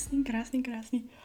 Krásný.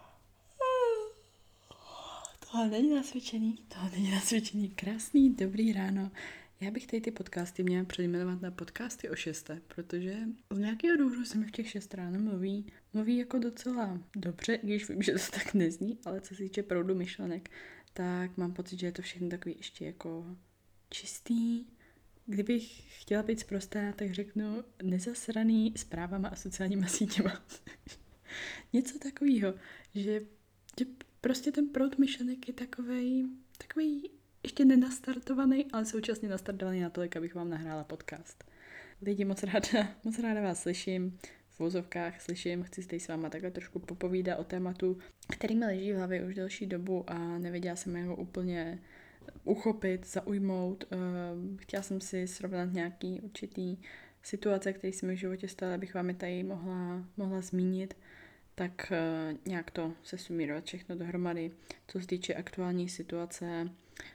Tohle není na cvičení. Krásný, dobrý ráno. Já bych tady ty podcasty měla přejmenovat na podcasty o 6, protože z nějakého důvodu se mi v těch 6 ráno mluví jako docela dobře, i když vím, že to tak nezní, ale co se týče proudu myšlenek, tak mám pocit, že je to všechno takový ještě jako čistý. Kdybych chtěla být sprostá, tak řeknu nezasraný zprávama a sociálníma sítěma. Něco takového, že prostě ten proud myšlenek je takovej ještě nenastartovaný, ale současně nastartovaný natolik, abych vám nahrála podcast. Lidi, moc ráda vás slyším, v vozovkách slyším, chci si s váma takhle trošku popovídat o tématu, který mi leží v hlavě už delší dobu a nevěděla jsem ho úplně uchopit, zaujmout. Chtěla jsem si srovnat nějaký určitý situace, které se mi v životě staly, abych vám je tady mohla zmínit, tak nějak to se sumírovat všechno dohromady. Co se týče aktuální situace,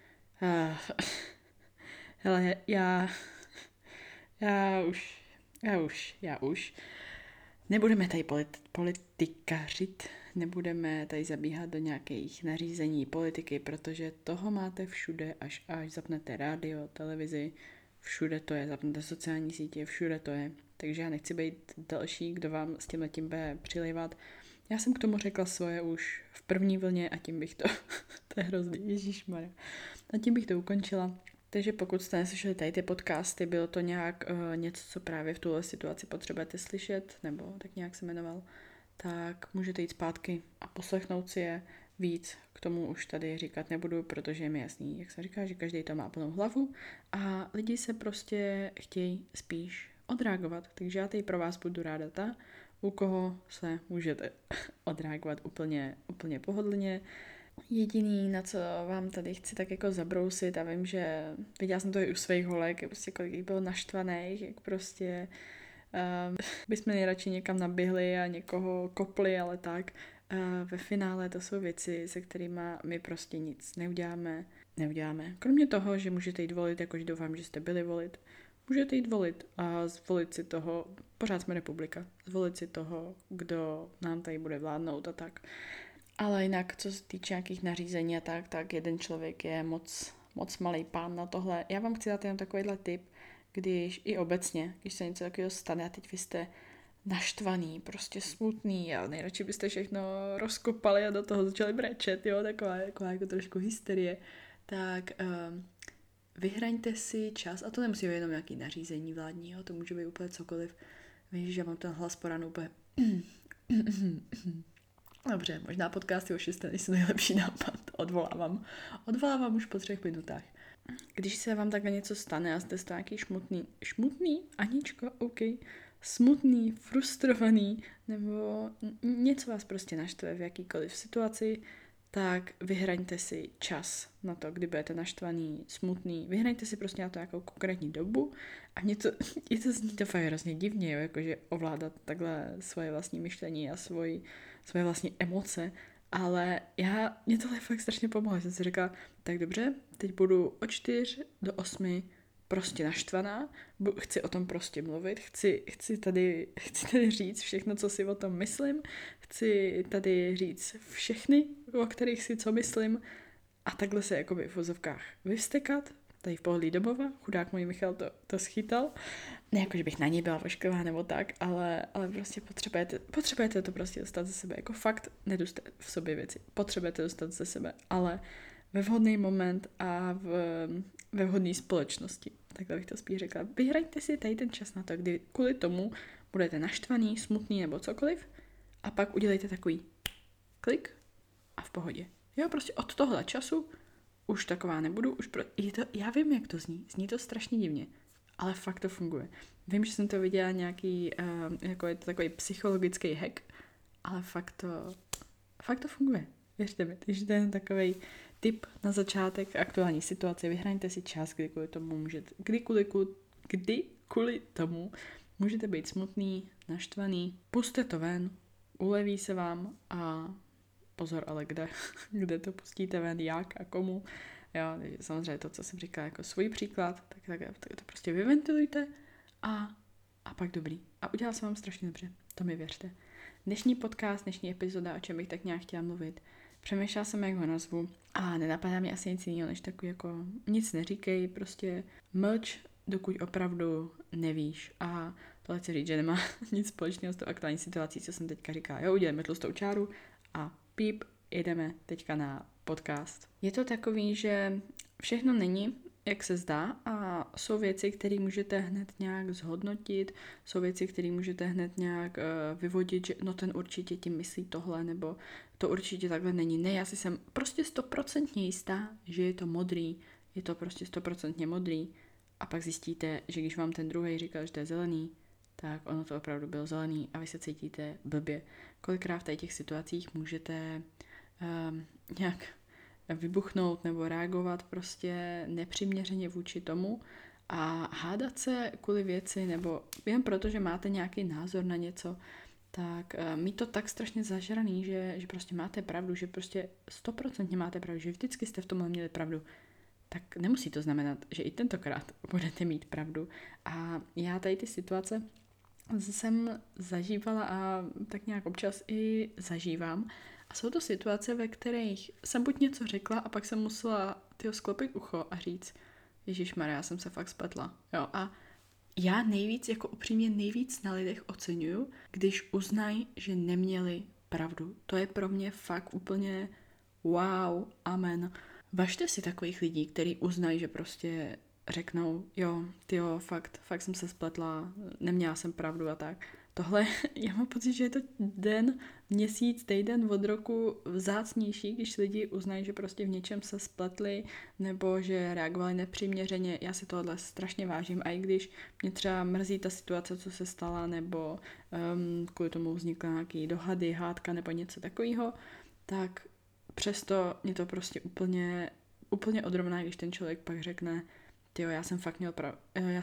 hele, já už. Nebudeme tady politikařit, nebudeme tady zabíhat do nějakých nařízení politiky, protože toho máte všude, až zapnete rádio, televizi, všude to je, zapnete sociální sítě, všude to je. Takže já nechci být další, kdo vám s tímhletím bude přilejvat. Já jsem k tomu řekla svoje už v první vlně a tím bych to, to je hrozný, ježišmarja, a tím bych to ukončila. Takže pokud jste neslyšeli tady ty podcasty, bylo to nějak něco, co právě v tuhle situaci potřebujete slyšet, nebo tak nějak se jmenoval, tak můžete jít zpátky a poslechnout si je víc. K tomu už tady říkat nebudu, protože je mi jasný, jak se říká, že každý to má plnou hlavu a lidi se prostě chtějí spíš odreagovat. Takže já tady pro vás budu ráda ta, u koho se můžete odreagovat úplně pohodlně. Jediný, na co vám tady chci tak jako zabrousit, a vím, že viděla jsem to i u svých holek, prostě kolik jich bylo naštvaných, jak prostě bychom nejradši někam naběhli a někoho kopli, ale tak. Ve finále to jsou věci, se kterými my prostě nic neuděláme. Kromě toho, že můžete jít volit, jakož doufám, že jste byli volit, můžete jít volit a zvolit si toho, pořád jsme republika, zvolit si toho, kdo nám tady bude vládnout a tak. Ale jinak, co se týče nějakých nařízení a tak jeden člověk je moc malej pán na tohle. Já vám chci dát jenom takovýhle tip, když i obecně, když se něco takového stane a teď vy jste naštvaný, prostě smutný a nejradši byste všechno rozkopali a do toho začali brečet, jo, taková jako trošku hysterie, tak vyhraňte si čas, a to nemusí být jenom nějaký nařízení vládní, jo, to může být úplně cokoliv. Víš, že mám ten hlas po ránu úplně dobře, možná podcasty o 6 nejsou nejlepší nápad. Odvolávám už po 3 minutách. Když se vám takhle něco stane a jste nějaký šmutný, Aničko, OK, smutný, frustrovaný, nebo něco vás prostě naštve v jakýkoliv situaci, tak vyhraňte si čas na to, kdy budete naštvaný, smutný. Vyhraňte si prostě na to nějakou konkrétní dobu a je to zní to fakt hrozně divně, jo, jakože ovládat takhle svoje vlastní myšlení a svoje vlastní emoce, ale mě tohle fakt strašně pomohlo. Jsem si řekla, tak dobře, teď budu od 4 do 8 prostě naštvaná, chci o tom prostě mluvit, chci tady říct všechno, co si o tom myslím, chci tady říct všechny, o kterých si co myslím a takhle se jakoby v vozovkách vyvstekat, tady v pohodlí domova, chudák můj Michal to schytal, ne jako, že bych na něj byla vošklivá nebo tak, ale prostě potřebujete to prostě dostat ze sebe, jako fakt nedoste v sobě věci, potřebujete dostat ze sebe, ale ve vhodný moment a ve vhodné společnosti. Takhle bych to spíš řekla. Vyhrajte si tady ten čas na to, kdy kvůli tomu budete naštvaný, smutný nebo cokoliv a pak udělejte takový klik a v pohodě. Jo, prostě od tohle času už taková nebudu, já vím, jak to zní to strašně divně, ale fakt to funguje. Vím, že jsem to viděla nějaký, jako je to takový psychologický hack, ale fakt to funguje. Věřte mi, takže to je takový tip na začátek aktuální situace. Vyhraňte si čas, kdy kvůli tomu můžete být smutný, naštvaný. Puste to ven, uleví se vám a pozor, ale kde to pustíte ven, jak a komu. Jo, samozřejmě to, co jsem říkala jako svůj příklad, tak to prostě vyventilujte a pak dobrý. A udělá se vám strašně dobře, to mi věřte. dnešní podcast, dnešní epizoda, o čem bych tak nějak chtěla mluvit. Přemýšlela jsem, jak ho nazvu a nenapadá mě asi nic jiného, než takový jako nic neříkej, prostě mlč, dokud opravdu nevíš. A tohle chci říct, že nemá nic společného s tou aktuální situací, co jsem teďka říkala. Jo, uděláme tlustou čáru a píp, jdeme teďka na podcast. Je to takový, že všechno není, jak se zdá, a jsou věci, které můžete hned nějak zhodnotit, jsou věci, které můžete hned nějak vyvodit, že no ten určitě tím myslí tohle, nebo to určitě takhle není. Ne, já si jsem prostě 100% jistá, že je to modrý, je to prostě 100% modrý, a pak zjistíte, že když vám ten druhý říkal, že to je zelený, tak ono to opravdu bylo zelený a vy se cítíte blbě. Kolikrát v těch situacích můžete nějak vybuchnout nebo reagovat prostě nepřiměřeně vůči tomu a hádat se kvůli věci nebo jen proto, že máte nějaký názor na něco, tak mít to tak strašně zažraný, že prostě máte pravdu, že prostě 100% máte pravdu, že vždycky jste v tomhle měli pravdu, tak nemusí to znamenat, že i tentokrát budete mít pravdu. A já tady ty situace jsem zažívala a tak nějak občas i zažívám. A jsou to situace, ve kterých jsem buď něco řekla a pak jsem musela sklopit ucho a říct, ježišmarja, já jsem se fakt spletla. Jo, a já nejvíc, jako upřímně nejvíc na lidech oceňuju, když uznají, že neměli pravdu. To je pro mě fakt úplně wow, amen. Važte si takových lidí, kteří uznají, že prostě řeknou, jo, tyjo, fakt jsem se spletla, neměla jsem pravdu a tak. Tohle, já mám pocit, že je to den, měsíc, týden od roku vzácnější, když lidi uznají, že prostě v něčem se spletli nebo že reagovali nepřiměřeně. Já si tohle strašně vážím, a i když mě třeba mrzí ta situace, co se stala, nebo kvůli tomu vznikla nějaký dohady, hádka nebo něco takového, tak přesto mě to prostě úplně odrovná, když ten člověk pak řekne, tyjo, já jsem fakt měl pravdu.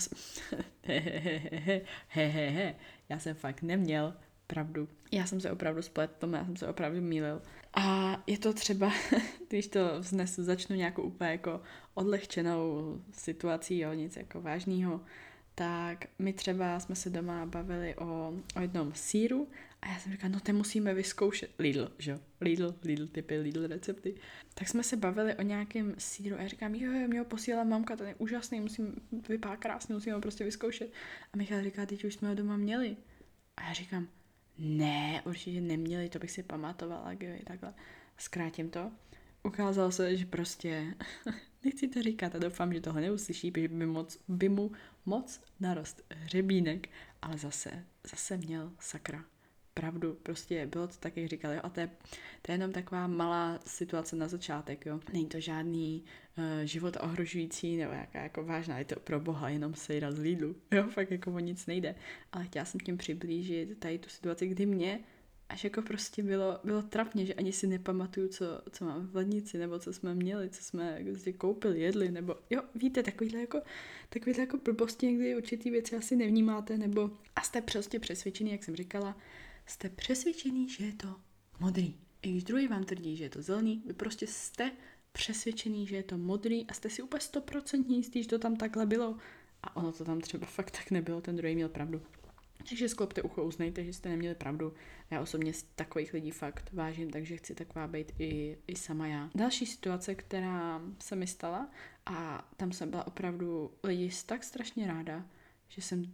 Já jsem fakt neměl pravdu. Já jsem se opravdu spletl, já jsem se opravdu mýlil. A je to třeba, když to vznesu, začnu nějakou úplně jako odlehčenou situací, jo, nic jako vážného, tak my třeba jsme se doma bavili o jednom sýru a já jsem říkala, no to musíme vyzkoušet. Lidl, že jo? Lidl typy, Lidl recepty. Tak jsme se bavili o nějakém sýru a já říkám, jo, mě ho posílala mamka, ten je úžasný, vypadá krásně, musím ho prostě vyzkoušet. A Michal říká, teď už jsme ho doma měli. A já říkám, ne, určitě neměli, to bych si pamatovala, takhle. Zkrátím to. Ukázalo se, že prostě, nechci to říkat a doufám, že tohle neuslyší, protože by mu moc narost hřebínek, ale zase měl sakra pravdu, prostě bylo to tak, jak říkal, jo, a to je jenom taková malá situace na začátek, jo. Není to žádný život ohrožující nebo jaká jako vážná, je to pro boha jenom sejra z Lidlu, jo, fakt jako o nic nejde, ale chtěla jsem tím přiblížit tady tu situaci, kdy mě až jako prostě bylo trapně, že ani si nepamatuju, co mám v lednici, nebo co jsme měli, co jsme prostě koupili, jedli, nebo jo, víte, takovýhle jako blbosti, někdy určitý věci asi nevnímáte, nebo a jste prostě přesvědčený, jak jsem říkala, jste přesvědčený, že je to modrý. I když druhý vám tvrdí, že je to zelený, vy prostě jste přesvědčený, že je to modrý a jste si úplně 100% jistý, že to tam takhle bylo. A ono to tam třeba fakt tak nebylo, ten druhý měl pravdu. Takže sklopte ucho, uznejte, že jste neměli pravdu. Já osobně takových lidí fakt vážím, takže chci taková být i sama já. Další situace, která se mi stala, a tam jsem byla opravdu lidi tak strašně ráda, že jsem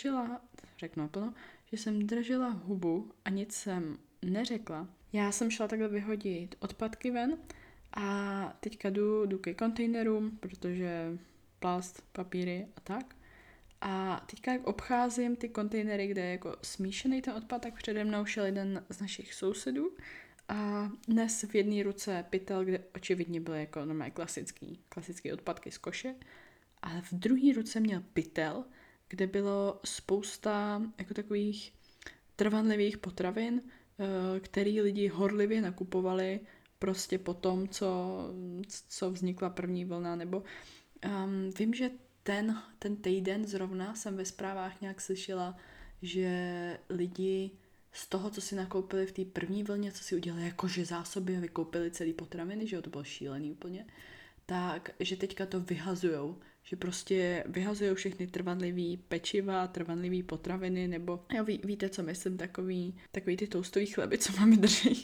držela hubu a nic jsem neřekla. Já jsem šla takhle vyhodit odpadky ven a teďka jdu ke kontejnerům, protože plast, papíry a tak. A teďka jak obcházím ty kontejnery, kde je jako smíšený ten odpad, tak přede mnou šel jeden z našich sousedů a nes v jedné ruce pytel, kde očividně byly jako normálně klasický odpadky z koše, ale v druhé ruce měl pytel, kde bylo spousta jako takových trvanlivých potravin, který lidi horlivě nakupovali prostě po tom, co vznikla první vlna, nebo vím, že ten týden zrovna jsem ve zprávách nějak slyšela, že lidi z toho, co si nakoupili v té první vlně, co si udělali jakože zásoby a vykoupili celý potraviny, že jo, to bylo šílený úplně, tak, že teďka to vyhazujou, že prostě vyhazují všechny trvanlivý pečiva, trvanlivý potraviny, nebo jo, víte, co myslím, takový ty toastový chleby, co vám drží,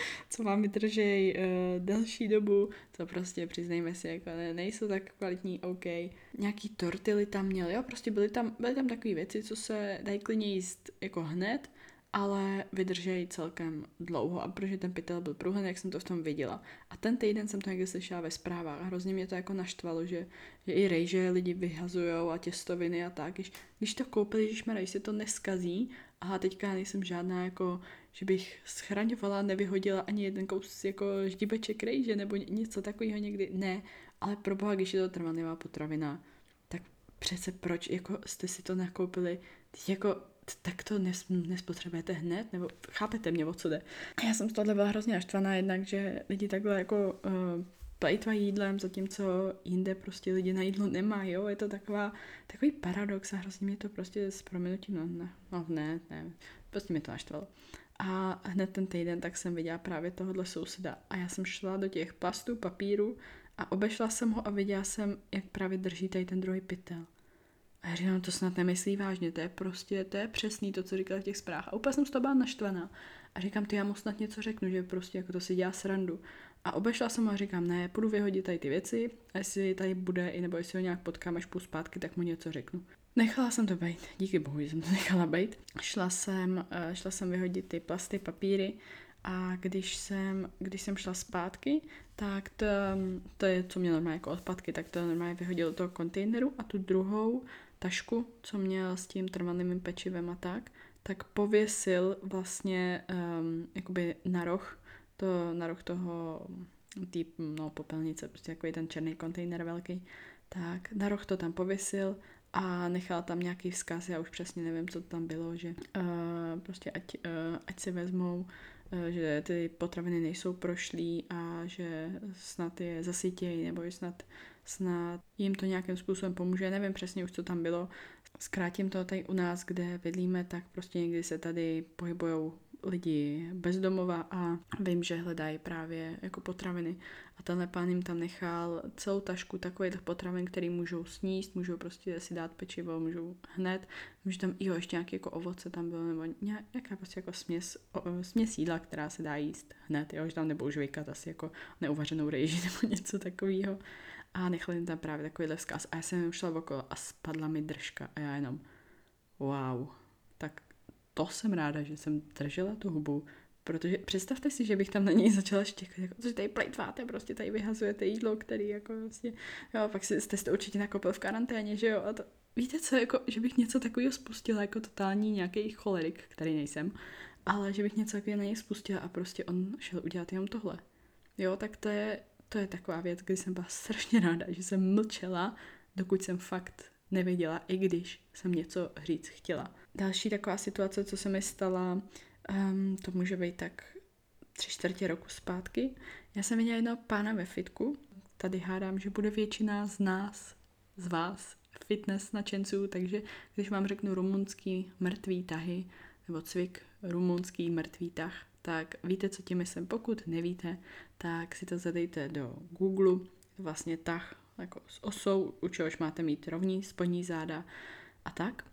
delší dobu, co prostě, přiznejme si, jako nejsou tak kvalitní, OK. Nějaký tortily tam měli, jo, prostě byly tam takové věci, co se dají klidně jíst jako hned, ale vydržejí celkem dlouho a protože ten pytel byl průhledný, jak jsem to v tom viděla. A ten týden jsem to někde slyšela ve zprávách a hrozně mě to jako naštvalo, že i rejže lidi vyhazujou a těstoviny a tak. Když to koupili, když se to neskazí, a teďka nejsem žádná jako, že bych schraňovala, nevyhodila ani jeden kus jako ždíbeček rejže nebo něco takového někdy, ne, ale proboha, když je to trvanlivá potravina, tak přece proč jako jste si to nakoupili, jako tak to nespotřebujete hned, nebo chápete mě, o co jde. A já jsem z tohle byla hrozně naštvaná jednak, že lidi takhle jako plejtvají jídlem, zatímco jinde prostě lidi na jídlo nemají, jo, je to takový paradox a hrozně mě to prostě s prominutím, ne, prostě mě to naštvalo. A hned ten týden tak jsem viděla právě tohohle souseda a já jsem šla do těch plastů, papíru a obešla jsem ho a viděla jsem, jak právě drží tady ten druhý pytel. A já říkám, to snad nemyslí vážně, to je přesný to, co říkala v těch zprávách. A úplně jsem z toho byla naštvaná. A říkám, já mu snad něco řeknu, že prostě jako to si dělá srandu. A obešla jsem ho a říkám, ne, půjdu vyhodit tady ty věci, a jestli tady bude, nebo jestli ho nějak potkám, až půjdu zpátky, tak mu něco řeknu. Nechala jsem to bejt, díky bohu, že jsem to nechala bejt. Šla jsem vyhodit ty plasty, papíry a když jsem šla zpátky, tak to je, co měl normálně jako odpadky, tak to normálně vyhodil do toho kontejneru a tu druhou tašku, co měl s tím trvanlivým pečivem a tak pověsil vlastně jakoby na roh toho popelnice, prostě takový ten černý kontejner velký, tak na roh to tam pověsil a nechal tam nějaký vzkaz, já už přesně nevím, co tam bylo, že prostě ať si vezmou, že ty potraviny nejsou prošlý a že snad je zasytějí, nebo že snad jim to nějakým způsobem pomůže, nevím přesně už, co tam bylo. Zkrátím to tady u nás, kde bydlíme, tak prostě někdy se tady pohybují lidi bezdomova a vím, že hledají právě jako potraviny. A tenhle pán jim tam nechal celou tašku takových potravin, které můžou sníst, můžou prostě si dát pečivo, můžou hned, můžou tam ještě nějaké jako ovoce tam bylo, nebo nějaká prostě jako směs jídla, která se dá jíst hned, jo, že tam nebudou žvejkat asi jako neuvařenou rejži nebo něco takového. A nechali jim tam právě takovýhle vzkaz. A já jsem jim šla okolo a spadla mi držka a já jenom wow, tak to jsem ráda, že jsem držela tu hubu, protože představte si, že bych tam na něj začala štěkat, jako, že tady plejtváte, prostě tady vyhazujete jídlo, který jako vlastně, jo, pak jste to určitě nakoupil v karanténě, že jo, a to, víte co, jako, že bych něco takového spustila, jako totální nějaký cholerik, který nejsem, ale že bych něco takového na něj spustila a prostě on šel udělat jenom tohle. Jo, tak to je taková věc, kdy jsem byla strašně ráda, že jsem mlčela, dokud jsem fakt nevěděla, i když jsem něco říct chtěla. Další taková situace, co se mi stala, to může být tak 3/4 roku zpátky. Já jsem viděla jednoho pána ve fitku. Tady hádám, že bude většina z vás fitness nadšenců, takže když vám řeknu rumunský mrtvý tahy, nebo cvik rumunský mrtvý tah, tak víte, co tím myslím. Pokud nevíte, tak si to zadejte do Google, vlastně tah jako s osou, u čehož máte mít rovní spodní záda a tak.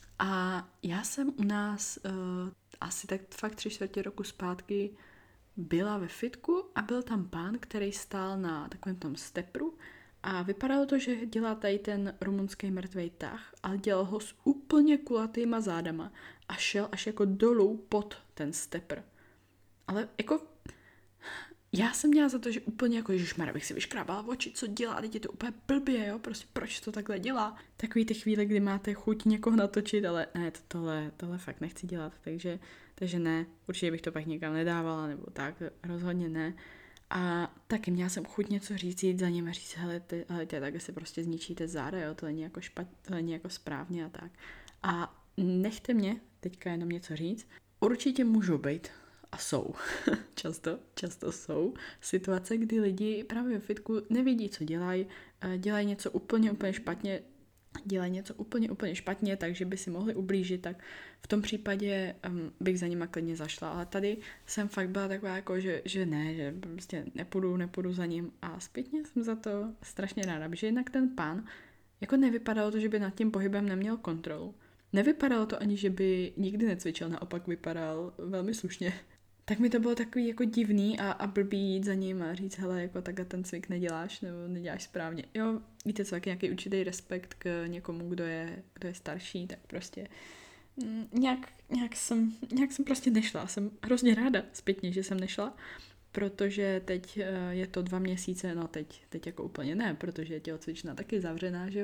A já jsem u nás asi tak fakt 3/4 roku zpátky byla ve fitku a byl tam pán, který stál na takovém tom stepru a vypadalo to, že dělá tady ten rumunský mrtvej tah, ale dělal ho s úplně kulatýma zádama a šel až jako dolů pod ten stepr. Ale jako já jsem měla za to, že úplně jako ježišmarja, bych si vyškrábala oči, co dělá, teď je to úplně blbě, jo, prostě proč to takhle dělá. Takový ty chvíle, kdy máte chuť někoho natočit, ale ne, tohle fakt nechci dělat, takže ne, určitě bych to pak nikam nedávala, nebo tak, rozhodně ne. A taky měla jsem chuť něco říct, jít za ním a říct, hele, takhle si prostě zničíte záda, jo, to není jako to není jako správně a tak. A nechte mě teďka jenom něco říct, určitě můžou být a jsou. často jsou situace, kdy lidi právě ve fitku nevědí, co dělají, dělají něco úplně špatně, takže by si mohli ublížit, tak v tom případě bych za nima klidně zašla, ale tady jsem fakt byla taková jako, že ne, že prostě nepůjdu za ním a zpětně jsem za to strašně ráda, protože jednak ten pán Jako nevypadalo to, že by nad tím pohybem neměl kontrolu. Nevypadalo to ani, že by nikdy necvičil, naopak vypadal velmi slušně. Tak mi to bylo takový jako divný a blbý jít za ním a říct, hele, jako takhle ten cvik neděláš nebo neděláš správně. Jo, víte co, jak nějaký určitý respekt k někomu, kdo je starší, tak prostě nějak jsem prostě nešla. Jsem hrozně ráda zpětně, že jsem nešla, protože teď je to 2 měsíce, no teď jako úplně ne, protože je tělocvična taky zavřená, že jo,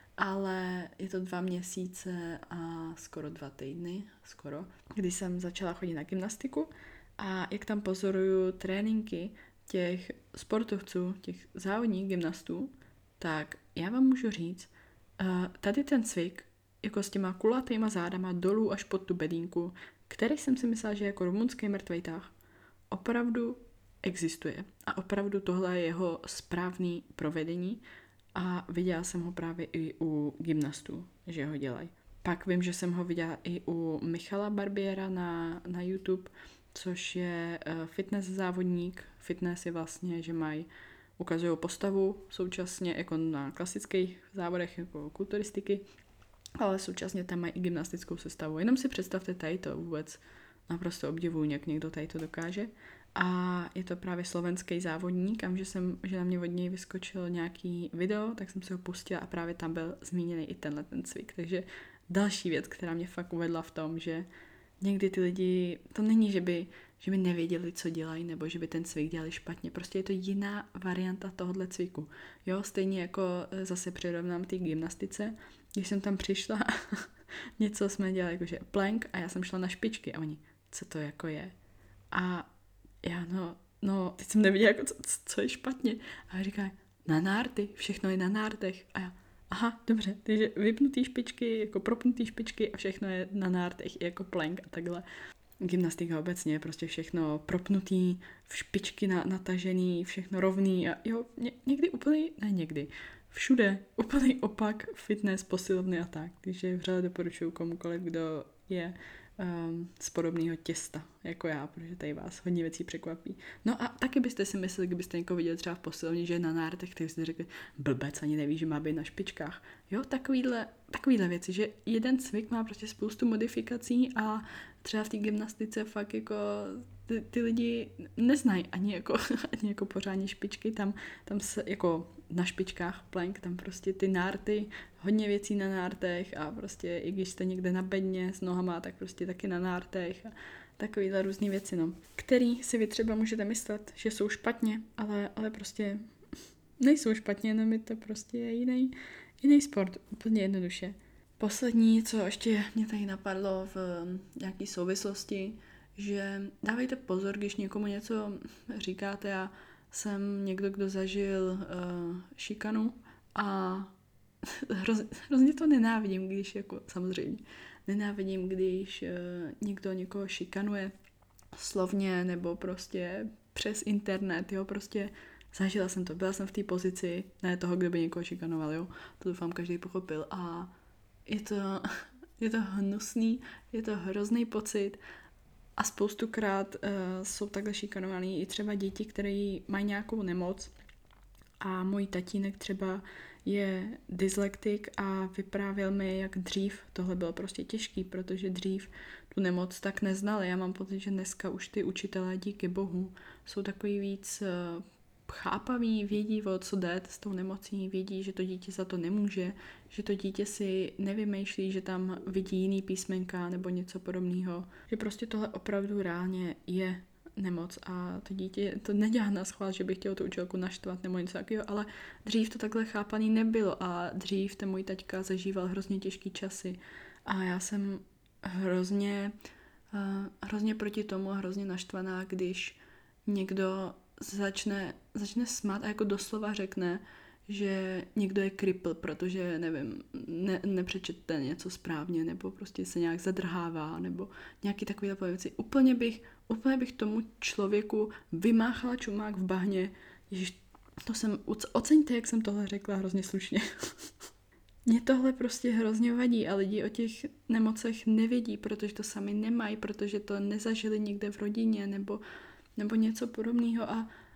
ale je to 2 měsíce a skoro 2 týdny, kdy jsem začala chodit na gymnastiku a jak tam pozoruju tréninky těch sportovců, těch závodních gymnastů, tak já vám můžu říct, tady ten cvik, jako s těma kulatýma zádama dolů až pod tu bedínku, který jsem si myslela, že je jako rumunský mrtvej tah, opravdu existuje. A opravdu tohle je jeho správný provedení a viděla jsem ho právě i u gymnastů, že ho dělají. Pak vím, že jsem ho viděla i u Michala Barbiera na YouTube, což je fitness závodník. Fitness je vlastně, že ukazují postavu současně jako na klasických závodech jako kulturistiky, ale současně tam mají i gymnastickou sestavu. Jenom si představte tady to vůbec. Naprosto obdivuju, jak někdo tady to dokáže. A je to právě slovenský závodník a že na mě od něj vyskočil nějaký video, tak jsem si ho pustila a právě tam byl zmíněný i ten cvik. Takže další věc, která mě fakt uvedla v tom, že někdy ty lidi, to není, že by nevěděli, co dělají, nebo že by ten cvik dělali špatně. Prostě je to jiná varianta tohohle cviku. Jo, stejně jako zase přirovnám té gymnastice, když jsem tam přišla, něco jsme dělali jakože plank a já jsem šla na špičky a oni, co to jako je? A já no, teď jsem nevěděla, jako co je špatně. A říká, na nárty, všechno je na nártech. A já, aha, dobře, takže vypnutý špičky, jako propnutý špičky a všechno je na nártech, jako plank a takhle. Gymnastika obecně je prostě všechno propnutý, v špičky natažený, všechno rovný a jo, někdy úplně, ne někdy, všude úplný opak, fitness, posilovny a tak. Takže vřele doporučuji komukoliv, kdo je z podobného těsta, jako já, protože tady vás hodně věcí překvapí. No a taky byste si mysleli, kdybyste někoho viděli třeba v posilovně, že je na nártech, tak jste řekli, blbec, ani neví, že má být na špičkách. Jo, takovýhle věci, že jeden cvik má prostě spoustu modifikací a třeba v té gymnastice fakt jako ty lidi neznají ani jako pořádně špičky, tam se jako na špičkách plank, tam prostě ty nárty, hodně věcí na nártech a prostě i když jste někde na bedně s nohama, tak prostě taky na nártech a takovýhle různý věci, no. Který si vy třeba můžete myslet, že jsou špatně, ale prostě nejsou špatně, jenom je to prostě jiný sport, úplně jednoduše. Poslední, co ještě mě tady napadlo v nějaké souvislosti, že dávejte pozor, když někomu něco říkáte. Já jsem někdo, kdo zažil šikanu a hrozně to nenávidím, když jako samozřejmě nenávidím, když někdo někoho šikanuje slovně nebo prostě přes internet, jo, prostě zažila jsem to, byla jsem v té pozici, ne toho, kdo by někoho šikanoval, jo, to doufám každý pochopil a je to hnusný, je to hrozný pocit a spoustukrát jsou takhle šikanovaný i třeba děti, které mají nějakou nemoc a můj tatínek třeba je dyslektik a vyprávěl mi, jak dřív tohle bylo prostě těžký, protože dřív tu nemoc tak neznali. Já mám pocit, že dneska už ty učitelé, díky bohu, jsou takový víc chápaví, vědí, o co jde s tou nemocí, vědí, že to dítě za to nemůže, že to dítě si nevymýšlí, že tam vidí jiný písmenka nebo něco podobného, že prostě tohle opravdu reálně je nemoc a to dítě to nedělá na schvál, že by chtělo tu učitelku naštvat nebo něco takového, ale dřív to takhle chápaný nebylo a dřív ten můj taťka zažíval hrozně těžký časy a já jsem hrozně proti tomu a hrozně naštvaná, když někdo začne smát a jako doslova řekne, že někdo je kripl, protože, nevím, nepřečete něco správně, nebo prostě se nějak zadrhává, nebo nějaký takový věci. Úplně bych tomu člověku vymáchala čumák v bahně. Ježiš, oceňte, jak jsem tohle řekla hrozně slušně. Mně tohle prostě hrozně vadí a lidi o těch nemocech nevědí, protože to sami nemají, protože to nezažili někde v rodině, nebo něco podobného a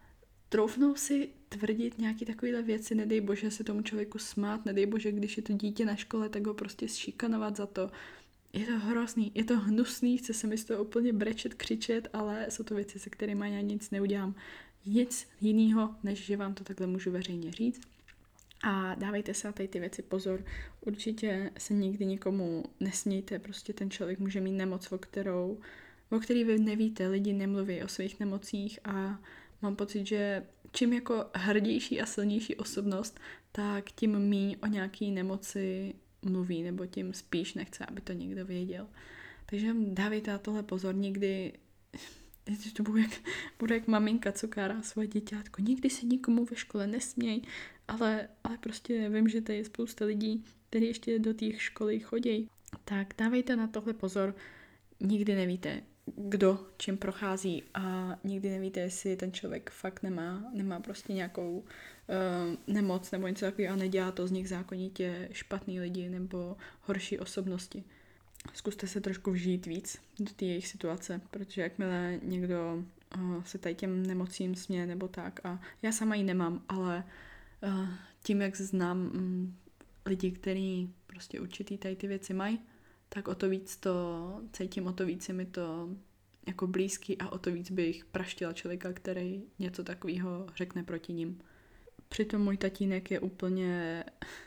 troufnou si tvrdit nějaký takovéhle věci, nedej bože se tomu člověku smát, nedej bože, když je to dítě na škole, tak ho prostě šikanovat za to. Je to hrozný, je to hnusný, chce se mi z toho úplně brečet, křičet, ale jsou to věci, se kterými já nic neudělám. Nic jiného, než že vám to takhle můžu veřejně říct. A dávejte se na tady ty věci pozor. Určitě se nikdy nikomu nesmějte, prostě ten člověk může mít nemoc, o který vy nevíte, lidi nemluví o svých nemocích a mám pocit, že čím jako hrdější a silnější osobnost, tak tím míň o nějaký nemoci mluví, nebo tím spíš nechce, aby to někdo věděl. Takže dávejte na tohle pozor, nikdy to bude jak maminka, co kárá svoje děťátko. Nikdy se nikomu ve škole nesměj, ale prostě vím, že tady je spousta lidí, kteří ještě do těch školy chodí. Tak dávejte na tohle pozor, nikdy nevíte, kdo čím prochází a nikdy nevíte, jestli ten člověk fakt nemá prostě nějakou nemoc nebo něco takového a nedělá to z nich zákonitě špatný lidi nebo horší osobnosti. Zkuste se trošku vžít víc do té jejich situace, protože jakmile někdo se tady těm nemocím směje nebo tak a já sama ji nemám, ale tím, jak znám lidi, kteří prostě určitý tady ty věci mají, tak o to víc to cítím, o to víc je mi to jako blízký a o to víc bych praštila člověka, který něco takového řekne proti ním. Přitom můj tatínek je úplně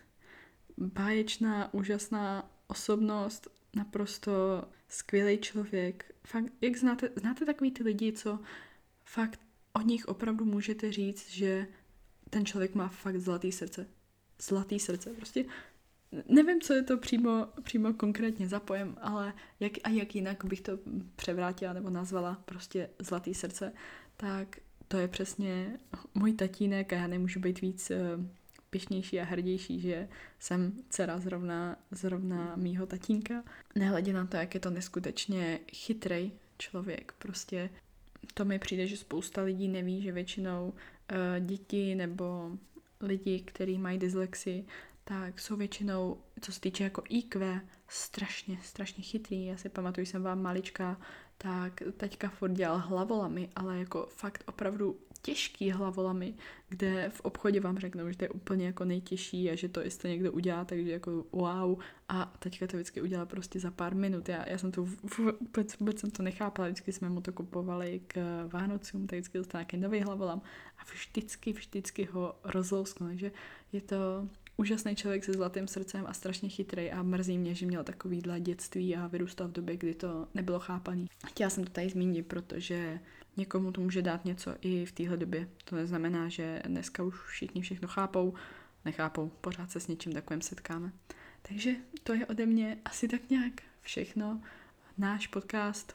báječná, úžasná osobnost, naprosto skvělý člověk. Fakt, jak znáte takový ty lidi, co fakt o nich opravdu můžete říct, že ten člověk má fakt zlatý srdce. Zlatý srdce, prostě nevím, co je to přímo konkrétně za pojem, ale jak jinak bych to převrátila nebo nazvala prostě zlatý srdce, tak to je přesně můj tatínek a já nemůžu být víc pyšnější a hrdější, že jsem dcera zrovna mýho tatínka. Nehledě na to, jak je to neskutečně chytrej člověk. Prostě to mi přijde, že spousta lidí neví, že většinou děti nebo lidi, kteří mají dyslexii, tak jsou většinou, co se týče jako IQ, strašně chytrý. Já si pamatuju, jsem vám malička, tak taťka furt dělal hlavolamy, ale jako fakt opravdu těžký hlavolamy, kde v obchodě vám řeknou, že to je úplně jako nejtěžší a že to jestli někdo udělá, takže jako wow. A teďka to vždycky udělala prostě za pár minut. Já jsem to vůbec jsem to nechápala, vždycky jsme mu to kupovali k Vánocům, tak vždycky dostal nějaký nový hlavolam a vždycky ho rozlousknu, takže je to úžasný člověk se zlatým srdcem a strašně chytrej a mrzí mě, že měl takovýhle dětství a vyrůstal v době, kdy to nebylo chápaný. Chtěla jsem to tady zmínit, protože někomu to může dát něco i v téhle době. To neznamená, že dneska už všichni všechno nechápou, pořád se s něčím takovým setkáme. Takže to je ode mě asi tak nějak všechno. Náš podcast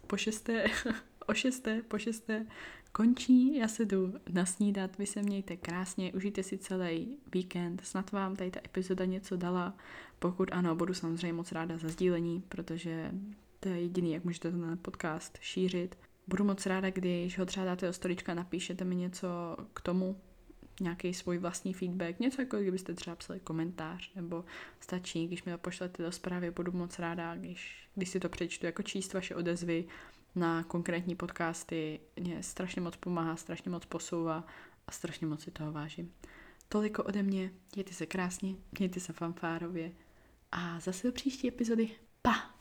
po šesté končí, já se jdu nasnídat, vy se mějte krásně, užijte si celý víkend, snad vám tady ta epizoda něco dala, pokud ano, budu samozřejmě moc ráda za sdílení, protože to je jediný, jak můžete ten podcast šířit. Budu moc ráda, když ho třeba dáte do storička, napíšete mi něco k tomu, nějaký svůj vlastní feedback, něco jako kdybyste třeba psali komentář, nebo stačí, když mi to pošlete do zprávy, budu moc ráda, když si to přečtu, jako číst vaše odezvy na konkrétní podcasty, mě strašně moc pomáhá, strašně moc posouvá a strašně moc si toho vážím. Toliko ode mě, mějte se krásně, mějte se fanfárově a zase do příští epizody. Pa!